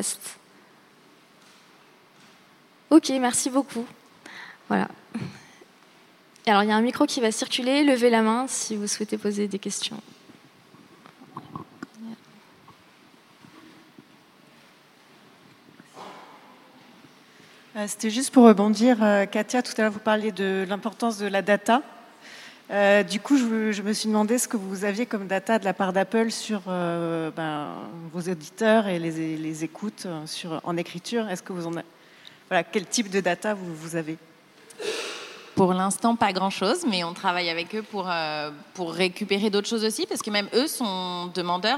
Ok, merci beaucoup. Voilà. Alors, il y a un micro qui va circuler. Levez la main si vous souhaitez poser des questions. C'était juste pour rebondir. Katia, tout à l'heure, vous parliez de l'importance de la data. Du coup, je me suis demandé ce que vous aviez comme data de la part d'Apple sur vos auditeurs et les écoutes en écriture. Est-ce que vous en avez... Voilà, quel type de data vous avez ? Pour l'instant, pas grand-chose, mais on travaille avec eux pour récupérer d'autres choses aussi, parce que même eux sont demandeurs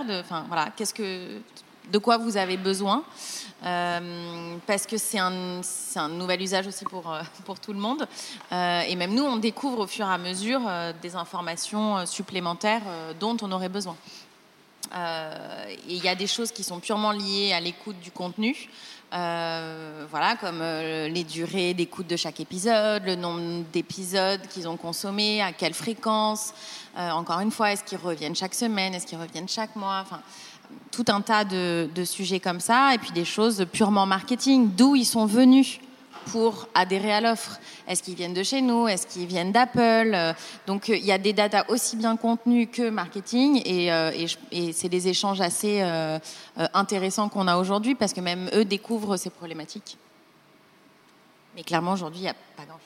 de quoi vous avez besoin, parce que c'est un nouvel usage aussi pour tout le monde. Et même nous, on découvre au fur et à mesure des informations supplémentaires dont on aurait besoin. Et il y a des choses qui sont purement liées à l'écoute du contenu, comme les durées d'écoute de chaque épisode, le nombre d'épisodes qu'ils ont consommés, à quelle fréquence, encore une fois, est-ce qu'ils reviennent chaque semaine, est-ce qu'ils reviennent chaque mois, tout un tas de sujets comme ça, et puis des choses purement marketing, d'où ils sont venus pour adhérer à l'offre. Est-ce qu'ils viennent de chez nous? Est-ce qu'ils viennent d'Apple? Donc, il y a des datas aussi bien contenu que marketing, et c'est des échanges assez intéressants qu'on a aujourd'hui, parce que même eux découvrent ces problématiques. Mais clairement, aujourd'hui, il n'y a pas grand-chose.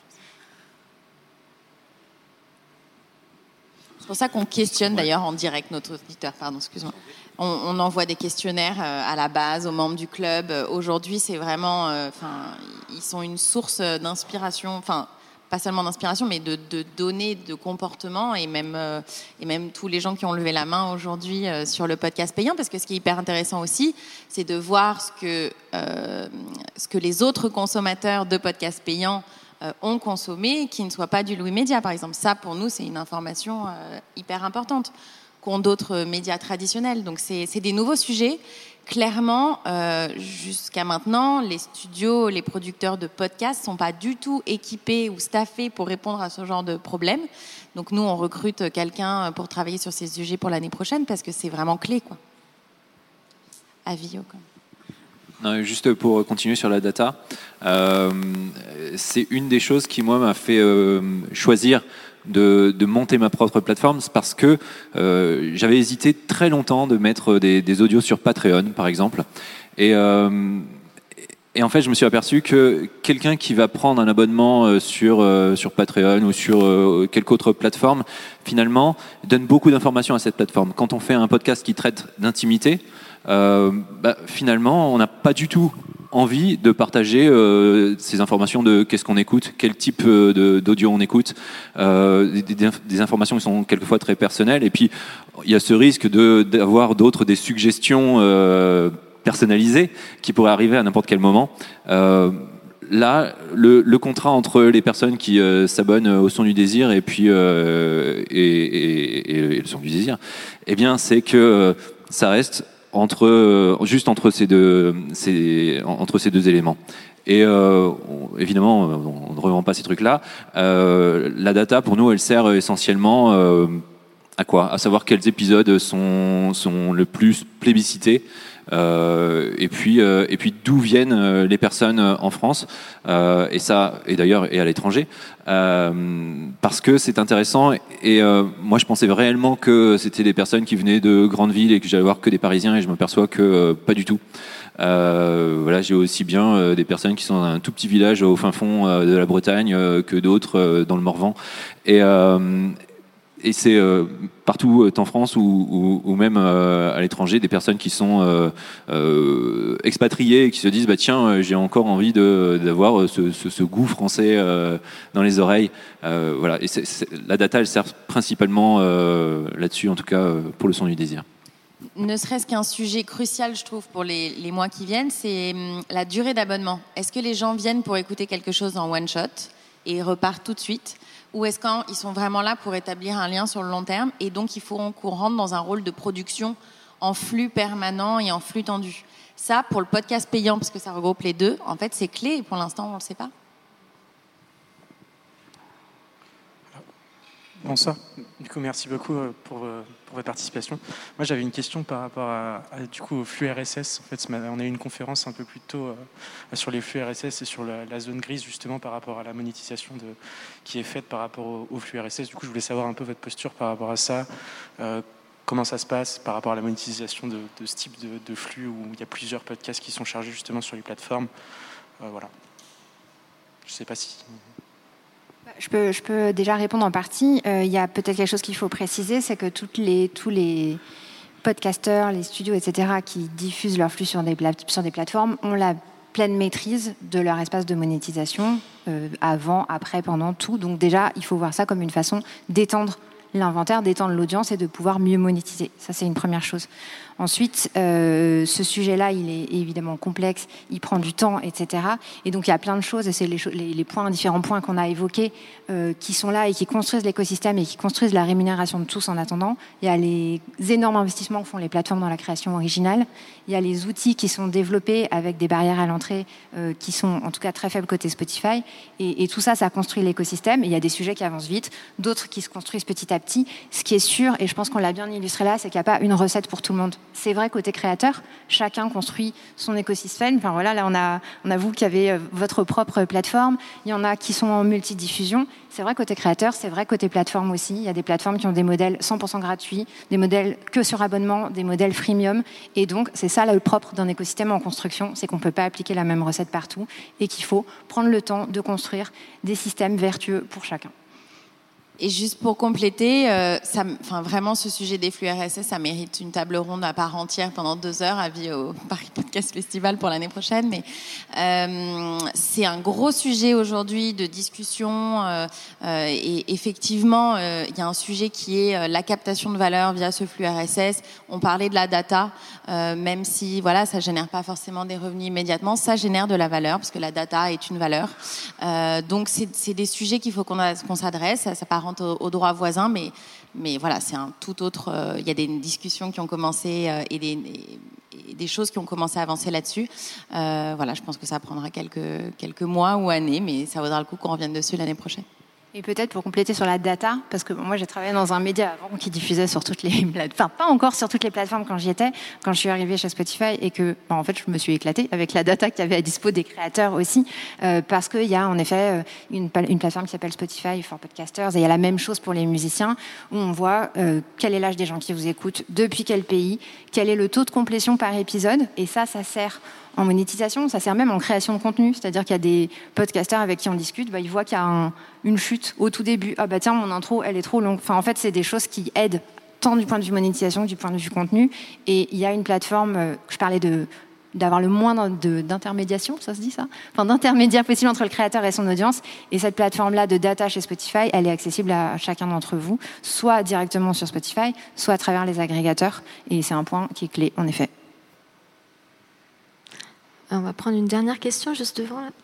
C'est pour ça qu'on questionne d'ailleurs en direct notre auditeur. Pardon, excuse-moi. On envoie des questionnaires à la base aux membres du club. Aujourd'hui, c'est vraiment, ils sont une source d'inspiration. Enfin, pas seulement d'inspiration, mais de données, de comportement, et même tous les gens qui ont levé la main aujourd'hui sur le podcast payant, parce que ce qui est hyper intéressant aussi, c'est de voir ce que les autres consommateurs de podcasts payants ont consommé, qui ne soit pas du Louis Média, par exemple. Ça, pour nous, c'est une information hyper importante qu'ont d'autres médias traditionnels. Donc, c'est des nouveaux sujets. Clairement, jusqu'à maintenant, les studios, les producteurs de podcasts ne sont pas du tout équipés ou staffés pour répondre à ce genre de problème. Donc, nous, on recrute quelqu'un pour travailler sur ces sujets pour l'année prochaine, parce que c'est vraiment clé, quoi. Avio, quoi. Non, juste pour continuer sur la data, c'est une des choses qui, moi, m'a fait choisir de monter ma propre plateforme, parce que j'avais hésité très longtemps de mettre des audios sur Patreon, par exemple. Et en fait, je me suis aperçu que quelqu'un qui va prendre un abonnement sur Patreon ou sur quelque autre plateforme, finalement, donne beaucoup d'informations à cette plateforme. Quand on fait un podcast qui traite d'intimité, finalement, on n'a pas du tout envie de partager ces informations de qu'est-ce qu'on écoute, quel type d'audio on écoute, des informations qui sont quelquefois très personnelles. Et puis, il y a ce risque d'avoir des suggestions personnalisées qui pourraient arriver à n'importe quel moment. Là, le contrat entre les personnes qui s'abonnent au Son du Désir et puis et le Son du Désir, eh bien, c'est que ça reste juste entre ces deux éléments. Et évidemment, on ne revend pas ces trucs-là. La data, pour nous, elle sert essentiellement à quoi ? À savoir quels épisodes sont le plus plébiscités. Et puis d'où viennent les personnes en France et d'ailleurs et à l'étranger parce que c'est intéressant et moi je pensais réellement que c'était des personnes qui venaient de grandes villes et que j'allais voir que des Parisiens et je m'aperçois que pas du tout. Voilà, j'ai aussi bien des personnes qui sont dans un tout petit village au fin fond de la Bretagne que d'autres dans le Morvan et c'est partout en France ou même à l'étranger des personnes qui sont expatriées et qui se disent bah tiens j'ai encore envie d'avoir ce goût français dans les oreilles. Voilà, et la data elle sert principalement là-dessus en tout cas pour le son du désir. Ne serait-ce qu'un sujet crucial, je trouve, pour les mois qui viennent, c'est la durée d'abonnement. Est-ce que les gens viennent pour écouter quelque chose en one shot et repartent tout de suite ? Ou est-ce qu'ils sont vraiment là pour établir un lien sur le long terme et donc il faut qu'on rentre dans un rôle de production en flux permanent et en flux tendu. Ça, pour le podcast payant, parce que ça regroupe les deux, en fait, c'est clé et pour l'instant, on ne le sait pas. Bonsoir. Du coup, merci beaucoup pour votre participation. Moi, j'avais une question par rapport du coup, au flux RSS. En fait, on a eu une conférence un peu plus tôt sur les flux RSS et sur la zone grise, justement, par rapport à la monétisation qui est faite par rapport au flux RSS. Du coup, je voulais savoir un peu votre posture par rapport à ça. Comment ça se passe par rapport à la monétisation de ce type de flux où il y a plusieurs podcasts qui sont chargés justement sur les plateformes. Voilà. Je ne sais pas si... Je peux déjà répondre en partie. Il y a peut-être quelque chose qu'il faut préciser, c'est que tous les podcasteurs, les studios, etc., qui diffusent leur flux sur des plateformes ont la pleine maîtrise de leur espace de monétisation avant, après, pendant, tout. Donc déjà, il faut voir ça comme une façon d'étendre l'inventaire, d'étendre l'audience et de pouvoir mieux monétiser. Ça, c'est une première chose. Ensuite, ce sujet-là, il est évidemment complexe, il prend du temps, etc. Et donc, il y a plein de choses, et c'est les différents points qu'on a évoqués qui sont là et qui construisent l'écosystème et qui construisent la rémunération de tous en attendant. Il y a les énormes investissements que font les plateformes dans la création originale. Il y a les outils qui sont développés avec des barrières à l'entrée qui sont en tout cas très faibles côté Spotify. Et tout ça, ça construit l'écosystème. Et il y a des sujets qui avancent vite, d'autres qui se construisent petit à petit. Ce qui est sûr, et je pense qu'on l'a bien illustré là, c'est qu'il n'y a pas une recette pour tout le monde. C'est vrai côté créateur, chacun construit son écosystème. Enfin voilà, là on a vous qui avez votre propre plateforme. Il y en a qui sont en multidiffusion. C'est vrai côté créateur, c'est vrai côté plateforme aussi. Il y a des plateformes qui ont des modèles 100% gratuits, des modèles que sur abonnement, des modèles freemium. Et donc c'est ça là, le propre d'un écosystème en construction, c'est qu'on ne peut pas appliquer la même recette partout et qu'il faut prendre le temps de construire des systèmes vertueux pour chacun. Et juste pour compléter, vraiment ce sujet des flux RSS, ça mérite une table ronde à part entière pendant 2 heures, avis au Paris Podcast Festival pour l'année prochaine. Mais c'est un gros sujet aujourd'hui de discussion. Et effectivement, il y a un sujet qui est la captation de valeur via ce flux RSS. On parlait de la data, même si voilà, ça génère pas forcément des revenus immédiatement, ça génère de la valeur parce que la data est une valeur. Donc c'est des sujets qu'il faut qu'on s'adresse. Ça part au droit voisin, mais voilà, c'est un tout autre. Il y a des discussions qui ont commencé et des choses qui ont commencé à avancer là-dessus. Voilà, je pense que ça prendra quelques mois ou années, mais ça vaudra le coup qu'on revienne dessus l'année prochaine. Et peut-être pour compléter sur la data, parce que moi j'ai travaillé dans un média avant qui diffusait sur toutes les plateformes, pas encore sur toutes les plateformes quand j'y étais, quand je suis arrivée chez Spotify et que en fait je me suis éclatée avec la data qu'il y avait à dispo des créateurs aussi, parce qu'il y a en effet une plateforme qui s'appelle Spotify for Podcasters et il y a la même chose pour les musiciens où on voit quel est l'âge des gens qui vous écoutent, depuis quel pays, quel est le taux de complétion par épisode, et ça sert en monétisation, ça sert même en création de contenu, c'est-à-dire qu'il y a des podcasteurs avec qui on discute, ils voient qu'il y a une chute au tout début. Ah bah tiens, mon intro, elle est trop longue. Enfin, en fait, c'est des choses qui aident tant du point de vue monétisation que du point de vue contenu. Et il y a une plateforme, je parlais d'avoir le moins d'intermédiation, ça se dit ça, enfin d'intermédiaire possible entre le créateur et son audience. Et cette plateforme-là de data chez Spotify, elle est accessible à chacun d'entre vous, soit directement sur Spotify, soit à travers les agrégateurs. Et c'est un point qui est clé, en effet. On va prendre une dernière question juste devant là.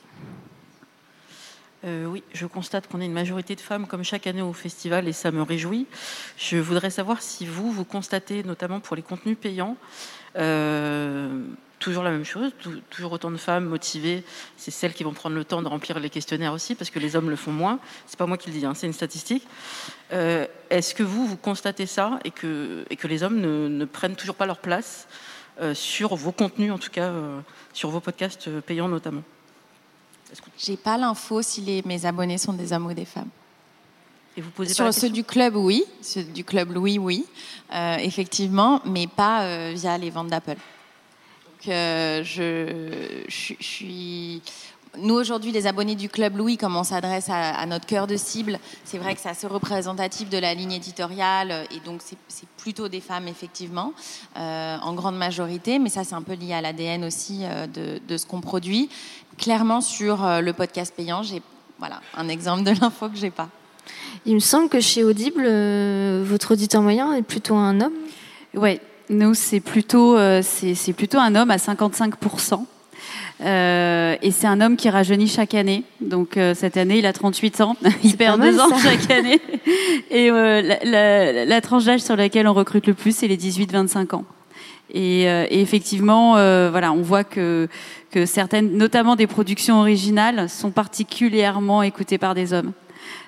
Oui, je constate qu'on est une majorité de femmes comme chaque année au festival et ça me réjouit. Je voudrais savoir si vous constatez, notamment pour les contenus payants, toujours la même chose, toujours autant de femmes motivées. C'est celles qui vont prendre le temps de remplir les questionnaires aussi, parce que les hommes le font moins. C'est pas moi qui le dis, c'est une statistique. est-ce que vous constatez ça et que les hommes ne prennent toujours pas leur place sur vos contenus, en tout cas sur vos podcasts payants notamment? J'ai pas l'info si mes abonnés sont des hommes ou des femmes. Et vous posez sur pas la ceux du club, oui. Ceux du club Louis, oui. Effectivement, mais pas via les ventes d'Apple. Donc, je suis... Nous, aujourd'hui, les abonnés du Club Louis, comme on s'adresse à notre cœur de cible, c'est vrai que c'est assez représentatif de la ligne éditoriale, et donc c'est plutôt des femmes, effectivement, en grande majorité, mais ça, c'est un peu lié à l'ADN aussi de ce qu'on produit. Clairement, sur le podcast payant, j'ai un exemple de l'info que j'ai pas. Il me semble que chez Audible, votre auditeur moyen est plutôt un homme. Ouais, nous, c'est plutôt un homme à 55%. Et c'est un homme qui rajeunit chaque année. Donc cette année, il a 38 ans. Il perd 2 ans chaque année. Et la tranche d'âge sur laquelle on recrute le plus, c'est les 18-25 ans. Et effectivement, on voit que certaines, notamment des productions originales, sont particulièrement écoutées par des hommes.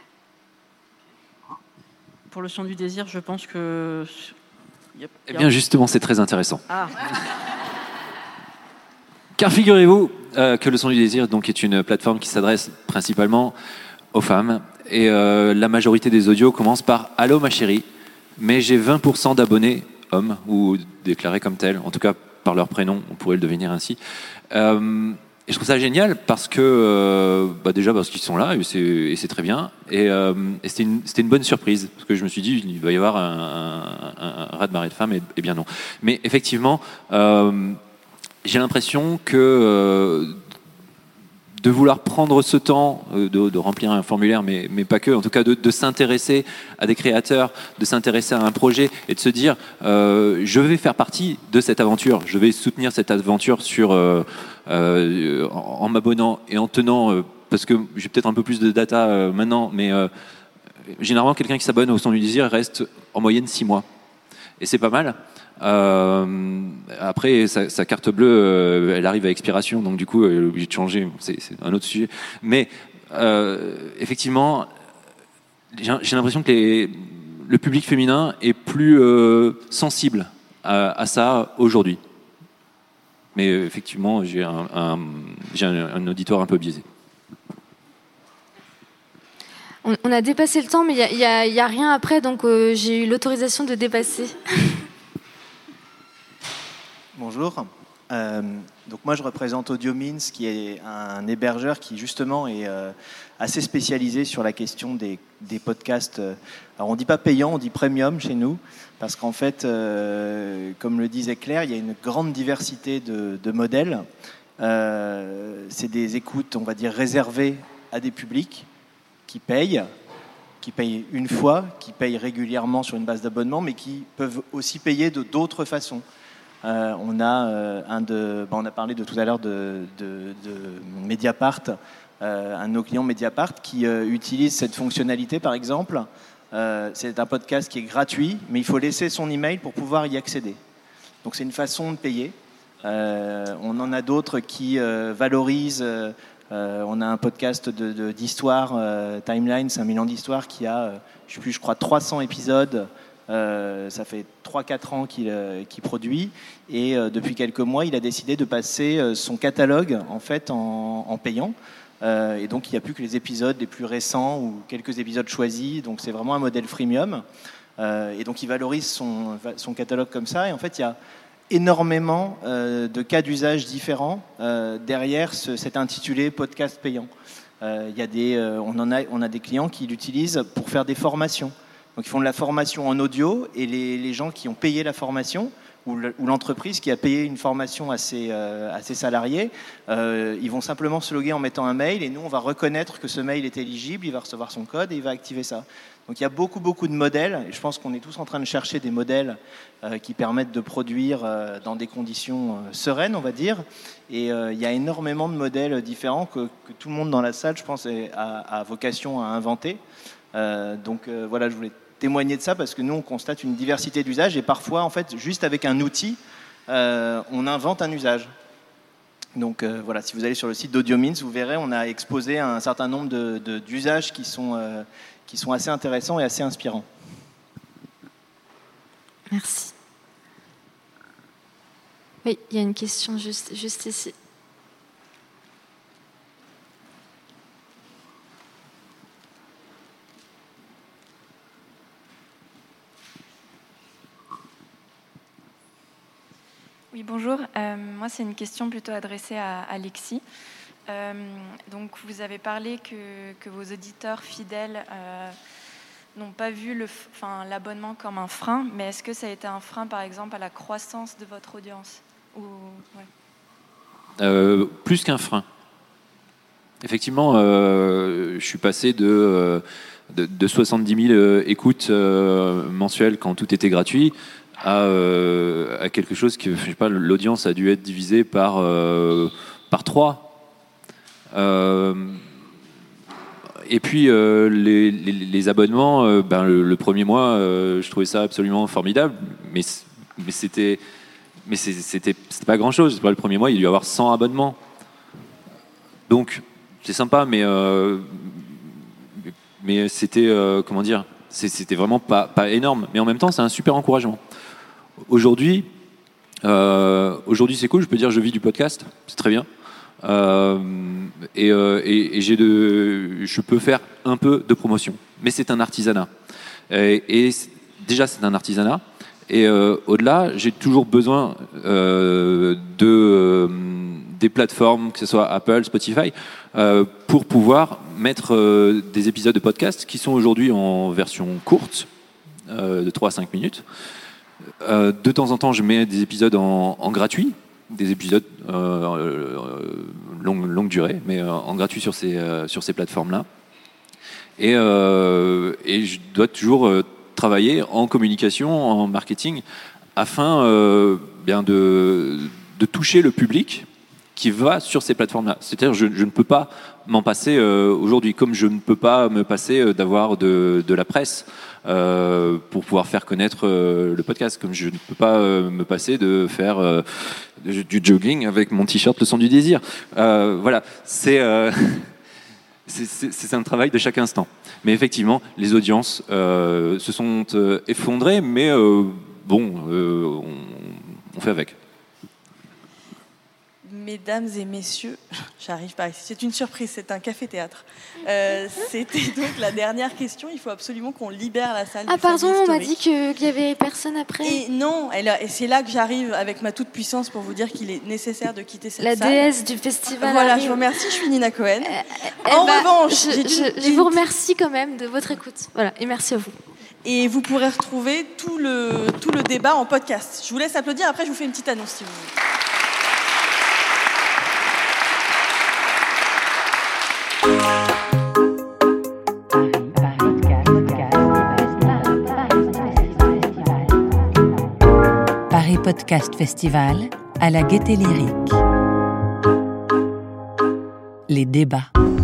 Pour le Chant du désir, je pense que... Eh bien, justement, c'est très intéressant. Ah. Car figurez-vous que le Son du désir donc, est une plateforme qui s'adresse principalement aux femmes. Et la majorité des audios commencent par « Allô ma chérie », mais j'ai 20% d'abonnés hommes, ou déclarés comme tels, en tout cas par leur prénom, on pourrait le deviner ainsi. Et je trouve ça génial parce que, déjà parce qu'ils sont là, et c'est très bien. Et c'était une bonne surprise, parce que je me suis dit, il va y avoir un raz-de-marée de femmes, et bien non. Mais effectivement... j'ai l'impression que de vouloir prendre ce temps de remplir un formulaire, mais pas que, en tout cas de s'intéresser à des créateurs, de s'intéresser à un projet et de se dire je vais faire partie de cette aventure, je vais soutenir cette aventure en m'abonnant et en tenant, parce que j'ai peut-être un peu plus de data maintenant, mais généralement quelqu'un qui s'abonne au Son du désir reste en moyenne 6 mois. Et c'est pas mal. Après, sa carte bleue, elle arrive à expiration, donc du coup, elle est obligée de changer. C'est un autre sujet. Mais effectivement, j'ai l'impression que le public féminin est plus sensible à ça aujourd'hui. Mais effectivement, j'ai un auditoire un peu biaisé. On a dépassé le temps, mais il y a rien après, donc j'ai eu l'autorisation de dépasser. Bonjour. Donc moi je représente AudioMeans, qui est un hébergeur qui justement est assez spécialisé sur la question des podcasts. Alors on dit pas payant, on dit premium chez nous, parce qu'en fait, comme le disait Claire, il y a une grande diversité de modèles. C'est des écoutes, on va dire, réservées à des publics qui payent une fois, qui payent régulièrement sur une base d'abonnement, mais qui peuvent aussi payer de d'autres façons. On a on a parlé de tout à l'heure de Mediapart, un de nos clients Mediapart qui utilise cette fonctionnalité par exemple. C'est un podcast qui est gratuit, mais il faut laisser son email pour pouvoir y accéder. Donc c'est une façon de payer. On en a d'autres qui valorisent. On a un podcast d'histoire, Timeline, 5000 ans d'histoire, qui a, je crois 300 épisodes. Ça fait 3-4 ans qu'il produit, et depuis quelques mois, il a décidé de passer son catalogue en fait en payant. Et donc, il n'y a plus que les épisodes les plus récents ou quelques épisodes choisis. Donc, c'est vraiment un modèle freemium. Et donc, il valorise son catalogue comme ça. Et en fait, il y a énormément de cas d'usage différents derrière cet intitulé podcast payant. On a des clients qui l'utilisent pour faire des formations. Donc, ils font de la formation en audio, et les gens qui ont payé la formation, ou l'entreprise qui a payé une formation à ses salariés, ils vont simplement se loguer en mettant un mail, et nous, on va reconnaître que ce mail est éligible, il va recevoir son code et il va activer ça. Donc, il y a beaucoup de modèles, et je pense qu'on est tous en train de chercher des modèles qui permettent de produire dans des conditions sereines, on va dire. Et il y a énormément de modèles différents que tout le monde dans la salle, je pense, a vocation à inventer. Voilà, je voulais témoigner de ça parce que nous, on constate une diversité d'usages, et parfois, en fait, juste avec un outil, on invente un usage. Donc voilà, si vous allez sur le site d'AudioMeans, vous verrez, on a exposé un certain nombre d'usages qui sont assez intéressants et assez inspirants. Merci. Oui, il y a une question juste ici. Oui, bonjour. Moi, c'est une question plutôt adressée à Alexis. Donc, vous avez parlé que vos auditeurs fidèles n'ont pas vu l'abonnement comme un frein, mais est-ce que ça a été un frein, par exemple, à la croissance de votre audience Plus qu'un frein. Effectivement, je suis passé de 70 000 écoutes mensuelles quand tout était gratuit à quelque chose que, je sais pas, l'audience a dû être divisée par 3. Et puis les abonnements, le premier mois, je trouvais ça absolument formidable, mais c'était pas grand chose. Le premier mois, il y a dû y avoir 100 abonnements. Donc c'est sympa, mais c'était comment dire, c'était vraiment pas énorme. Mais en même temps, c'est un super encouragement. Aujourd'hui, c'est cool. Je peux dire, je vis du podcast, c'est très bien. Et je peux faire un peu de promotion, mais c'est un artisanat. Et déjà, c'est un artisanat. Et au-delà, j'ai toujours besoin des plateformes, que ce soit Apple, Spotify, pour pouvoir mettre des épisodes de podcast qui sont aujourd'hui en version courte, de 3 à 5 minutes. De temps en temps, je mets des épisodes en gratuit, des épisodes longue durée, mais en gratuit sur ces plateformes-là. Et je dois toujours travailler en communication, en marketing, afin de toucher le public qui va sur ces plateformes-là. C'est-à-dire, je ne peux pas m'en passer aujourd'hui, comme je ne peux pas me passer d'avoir de la presse pour pouvoir faire connaître le podcast, comme je ne peux pas me passer de faire du jogging avec mon t-shirt Le Son du Désir. Voilà, c'est un travail de chaque instant. Mais effectivement, les audiences se sont effondrées, mais on fait avec. Mesdames et messieurs, j'arrive pas ici, c'est une surprise, c'est un café-théâtre. C'était donc la dernière question, il faut absolument qu'on libère la salle. Ah pardon, on m'a dit qu'il y avait personne après. Et non, et c'est là que j'arrive avec ma toute-puissance pour vous dire qu'il est nécessaire de quitter cette salle. La déesse du festival. Voilà, arrive. Je vous remercie, je suis Nina Cohen. En revanche, je vous remercie quand même de votre écoute. Voilà, et merci à vous. Et vous pourrez retrouver tout le débat en podcast. Je vous laisse applaudir, après je vous fais une petite annonce si vous voulez. Paris Podcast Festival à la Gaîté Lyrique. Les débats.